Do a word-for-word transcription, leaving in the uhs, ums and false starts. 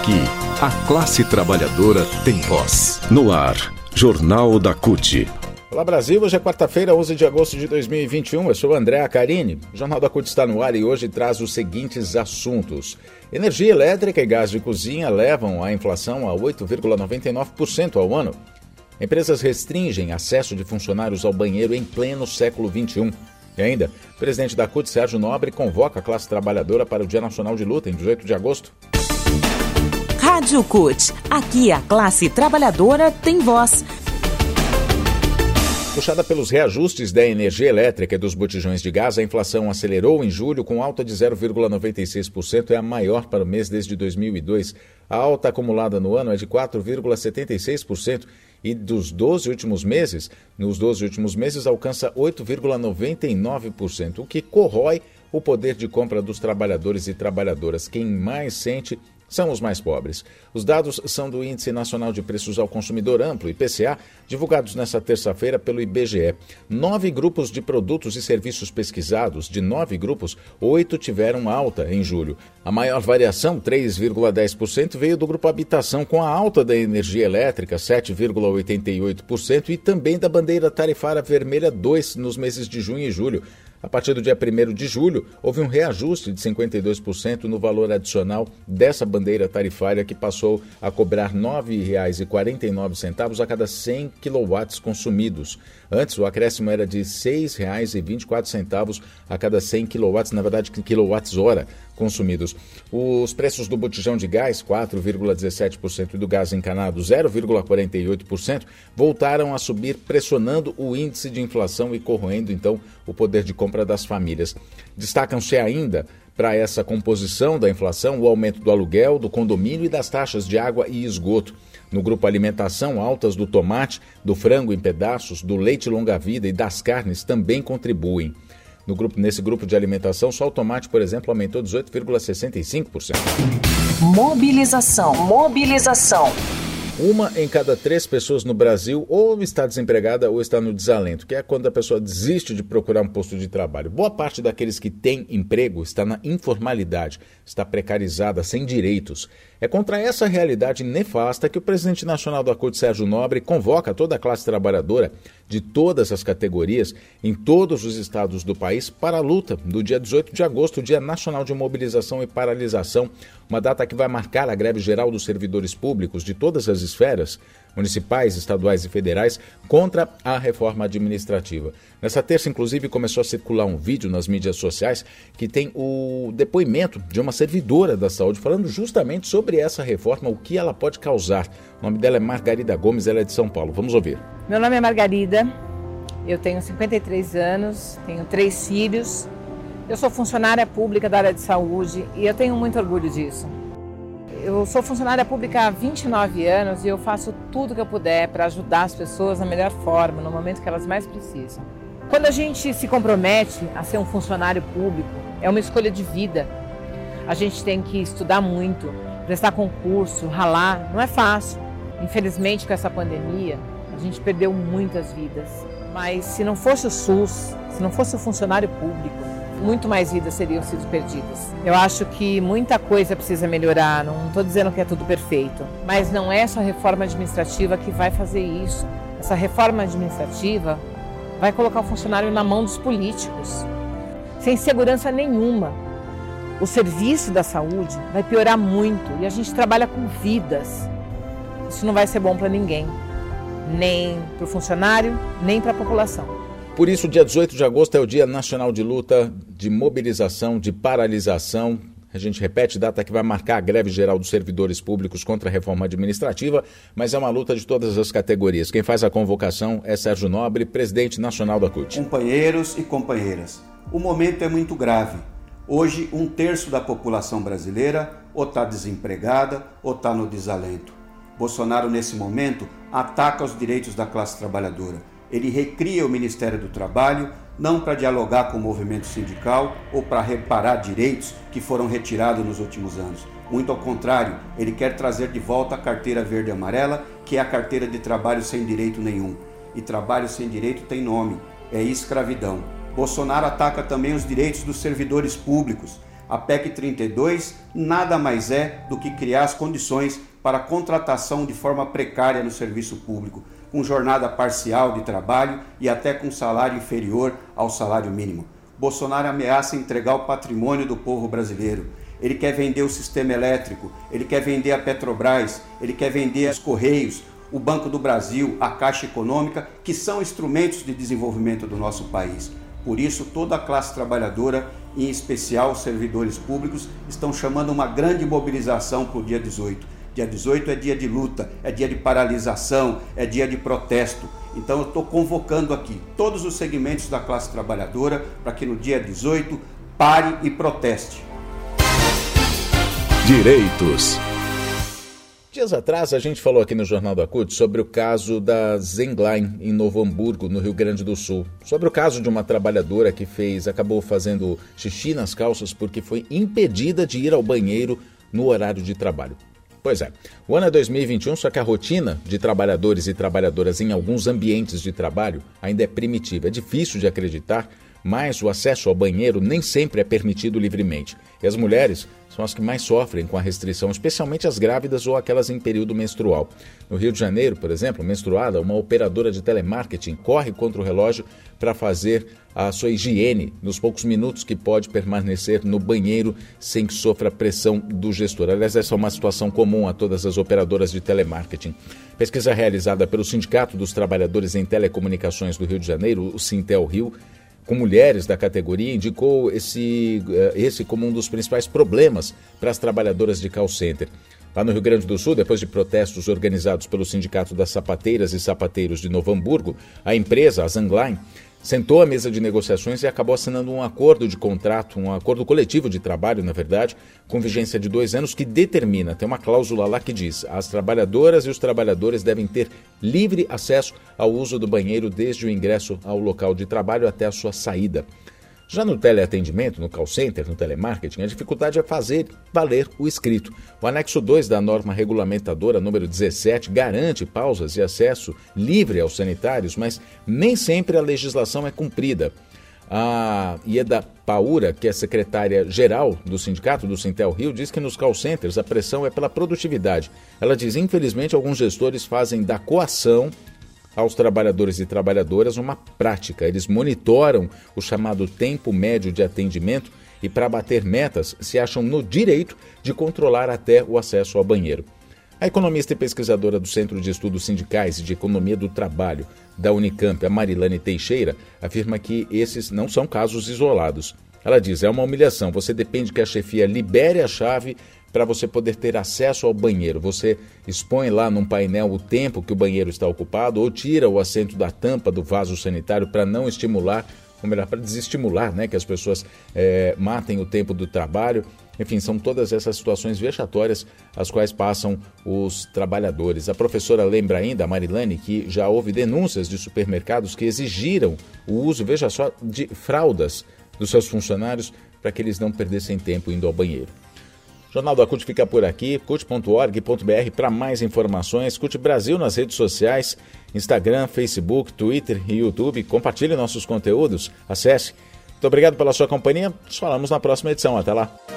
Aqui, a classe trabalhadora tem voz. No ar, Jornal da C U T. Olá Brasil, hoje é quarta-feira, onze de agosto de dois mil e vinte e um, eu sou André Acarini. O Jornal da C U T está no ar e hoje traz os seguintes assuntos. Energia elétrica e gás de cozinha levam a inflação a oito vírgula noventa e nove por cento ao ano. Empresas restringem acesso de funcionários ao banheiro em pleno século vinte e um. E ainda, o presidente da C U T, Sérgio Nobre, convoca a classe trabalhadora para o Dia Nacional de Luta, em dezoito de agosto. Rádio C U T. Aqui a classe trabalhadora tem voz. Puxada pelos reajustes da energia elétrica e dos botijões de gás, a inflação acelerou em julho com alta de zero vírgula noventa e seis por cento, é a maior para o mês desde dois mil e dois. A alta acumulada no ano é de quatro vírgula setenta e seis por cento e dos doze últimos meses, nos doze últimos meses alcança oito vírgula noventa e nove por cento, o que corrói o poder de compra dos trabalhadores e trabalhadoras. Quem mais sente são os mais pobres. Os dados são do Índice Nacional de Preços ao Consumidor Amplo, I P C A, divulgados nesta terça-feira pelo I B G E. Nove grupos de produtos e serviços pesquisados, de nove grupos, oito tiveram alta em julho. A maior variação, três vírgula dez por cento, veio do grupo Habitação, com a alta da energia elétrica, sete vírgula oitenta e oito por cento, e também da bandeira tarifária vermelha dois nos meses de junho e julho. A partir do dia primeiro de julho, houve um reajuste de cinquenta e dois por cento no valor adicional dessa bandeira tarifária, que passou a cobrar nove reais e quarenta e nove centavos a cada cem quilowatts consumidos. Antes, o acréscimo era de seis reais e vinte e quatro centavos a cada cem quilowatts, na verdade, quilowatts-hora consumidos. Os preços do botijão de gás, quatro vírgula dezessete por cento, e do gás encanado, zero vírgula quarenta e oito por cento, voltaram a subir, pressionando o índice de inflação e corroendo, então, o poder de compra das famílias. Destacam-se ainda, para essa composição da inflação, o aumento do aluguel, do condomínio e das taxas de água e esgoto. No grupo alimentação, altas do tomate, do frango em pedaços, do leite longa-vida e das carnes também contribuem. No grupo, nesse grupo de alimentação, só o tomate, por exemplo, aumentou dezoito vírgula sessenta e cinco por cento. Mobilização. Mobilização. Uma em cada três pessoas no Brasil ou está desempregada ou está no desalento, que é quando a pessoa desiste de procurar um posto de trabalho. Boa parte daqueles que têm emprego está na informalidade, está precarizada, sem direitos. É contra essa realidade nefasta que o presidente nacional da C U T, Sérgio Nobre, convoca toda a classe trabalhadora de todas as categorias, em todos os estados do país, para a luta do dia dezoito de agosto, Dia Nacional de Mobilização e Paralisação, uma data que vai marcar a greve geral dos servidores públicos de todas as esferas, municipais, estaduais e federais, contra a reforma administrativa. Nessa terça, inclusive, começou a circular um vídeo nas mídias sociais que tem o depoimento de uma servidora da saúde falando justamente sobre essa reforma, o que ela pode causar. O nome dela é Margarida Gomes, ela é de São Paulo. Vamos ouvir. Meu nome é Margarida, eu tenho cinquenta e três anos, tenho três filhos, eu sou funcionária pública da área de saúde e eu tenho muito orgulho disso. Eu sou funcionária pública há vinte e nove anos e eu faço tudo que eu puder para ajudar as pessoas da melhor forma, no momento que elas mais precisam. Quando a gente se compromete a ser um funcionário público, é uma escolha de vida. A gente tem que estudar muito, prestar concurso, ralar, não é fácil. Infelizmente, com essa pandemia, a gente perdeu muitas vidas. Mas se não fosse o SUS, se não fosse o funcionário público, muito mais vidas seriam sido perdidas. Eu acho que muita coisa precisa melhorar, não estou dizendo que é tudo perfeito, mas não é só a reforma administrativa que vai fazer isso. Essa reforma administrativa vai colocar o funcionário na mão dos políticos, sem segurança nenhuma. O serviço da saúde vai piorar muito e a gente trabalha com vidas. Isso não vai ser bom para ninguém, nem para o funcionário, nem para a população. Por isso, dia dezoito de agosto é o Dia Nacional de Luta, de Mobilização, de Paralisação. A gente repete, data que vai marcar a greve geral dos servidores públicos contra a reforma administrativa, mas é uma luta de todas as categorias. Quem faz a convocação é Sérgio Nobre, presidente nacional da C U T. Companheiros e companheiras, o momento é muito grave. Hoje, um terço da população brasileira ou está desempregada ou está no desalento. Bolsonaro, nesse momento, ataca os direitos da classe trabalhadora. Ele recria o Ministério do Trabalho, não para dialogar com o movimento sindical ou para reparar direitos que foram retirados nos últimos anos. Muito ao contrário, ele quer trazer de volta a carteira verde e amarela, que é a carteira de trabalho sem direito nenhum. E trabalho sem direito tem nome, é escravidão. Bolsonaro ataca também os direitos dos servidores públicos, A P E C trinta e dois nada mais é do que criar as condições para a contratação de forma precária no serviço público, com jornada parcial de trabalho e até com salário inferior ao salário mínimo. Bolsonaro ameaça entregar o patrimônio do povo brasileiro. Ele quer vender o sistema elétrico, ele quer vender a Petrobras, ele quer vender os Correios, o Banco do Brasil, a Caixa Econômica, que são instrumentos de desenvolvimento do nosso país. Por isso, toda a classe trabalhadora, em especial os servidores públicos, estão chamando uma grande mobilização para o dia dezoito. Dia dezoito é dia de luta, é dia de paralisação, é dia de protesto. Então eu estou convocando aqui todos os segmentos da classe trabalhadora para que no dia dezoito pare e proteste. Direitos. Dias atrás a gente falou aqui no Jornal da C U T sobre o caso da Zenglein em Novo Hamburgo, no Rio Grande do Sul. Sobre o caso de uma trabalhadora que fez, acabou fazendo xixi nas calças porque foi impedida de ir ao banheiro no horário de trabalho. Pois é, o ano é dois mil e vinte e um, só que a rotina de trabalhadores e trabalhadoras em alguns ambientes de trabalho ainda é primitiva. É difícil de acreditar, mas o acesso ao banheiro nem sempre é permitido livremente. E as mulheres são as que mais sofrem com a restrição, especialmente as grávidas ou aquelas em período menstrual. No Rio de Janeiro, por exemplo, menstruada, uma operadora de telemarketing corre contra o relógio para fazer a sua higiene nos poucos minutos que pode permanecer no banheiro sem que sofra pressão do gestor. Aliás, essa é uma situação comum a todas as operadoras de telemarketing. Pesquisa realizada pelo Sindicato dos Trabalhadores em Telecomunicações do Rio de Janeiro, o Sintel Rio, com mulheres da categoria, indicou esse, esse como um dos principais problemas para as trabalhadoras de call center. Lá no Rio Grande do Sul, depois de protestos organizados pelo Sindicato das Sapateiras e Sapateiros de Novo Hamburgo, a empresa, a Zenglein, sentou à mesa de negociações e acabou assinando um acordo de contrato, um acordo coletivo de trabalho, na verdade, com vigência de dois anos, que determina, tem uma cláusula lá que diz: as trabalhadoras e os trabalhadores devem ter livre acesso ao uso do banheiro desde o ingresso ao local de trabalho até a sua saída. Já no teleatendimento, no call center, no telemarketing, a dificuldade é fazer valer o escrito. O anexo dois da norma regulamentadora número dezessete garante pausas e acesso livre aos sanitários, mas nem sempre a legislação é cumprida. A Ieda Paura, que é secretária-geral do sindicato do Sintel Rio, diz que nos call centers a pressão é pela produtividade. Ela diz, infelizmente, alguns gestores fazem da coação aos trabalhadores e trabalhadoras uma prática. Eles monitoram o chamado tempo médio de atendimento e, para bater metas, se acham no direito de controlar até o acesso ao banheiro. A economista e pesquisadora do Centro de Estudos Sindicais e de Economia do Trabalho da Unicamp, a Marilane Teixeira, afirma que esses não são casos isolados. Ela diz, é uma humilhação, você depende que a chefia libere a chave para você poder ter acesso ao banheiro. Você expõe lá num painel o tempo que o banheiro está ocupado ou tira o assento da tampa do vaso sanitário para não estimular, ou melhor, para desestimular, né, que as pessoas é, matem o tempo do trabalho. Enfim, são todas essas situações vexatórias as quais passam os trabalhadores. A professora lembra ainda, a Marilane, que já houve denúncias de supermercados que exigiram o uso, veja só, de fraldas dos seus funcionários para que eles não perdessem tempo indo ao banheiro. O Jornal da C U T fica por aqui, C U T ponto org ponto B R para mais informações. C U T Brasil nas redes sociais, Instagram, Facebook, Twitter e YouTube. Compartilhe nossos conteúdos, acesse. Muito obrigado pela sua companhia, nos falamos na próxima edição. Até lá.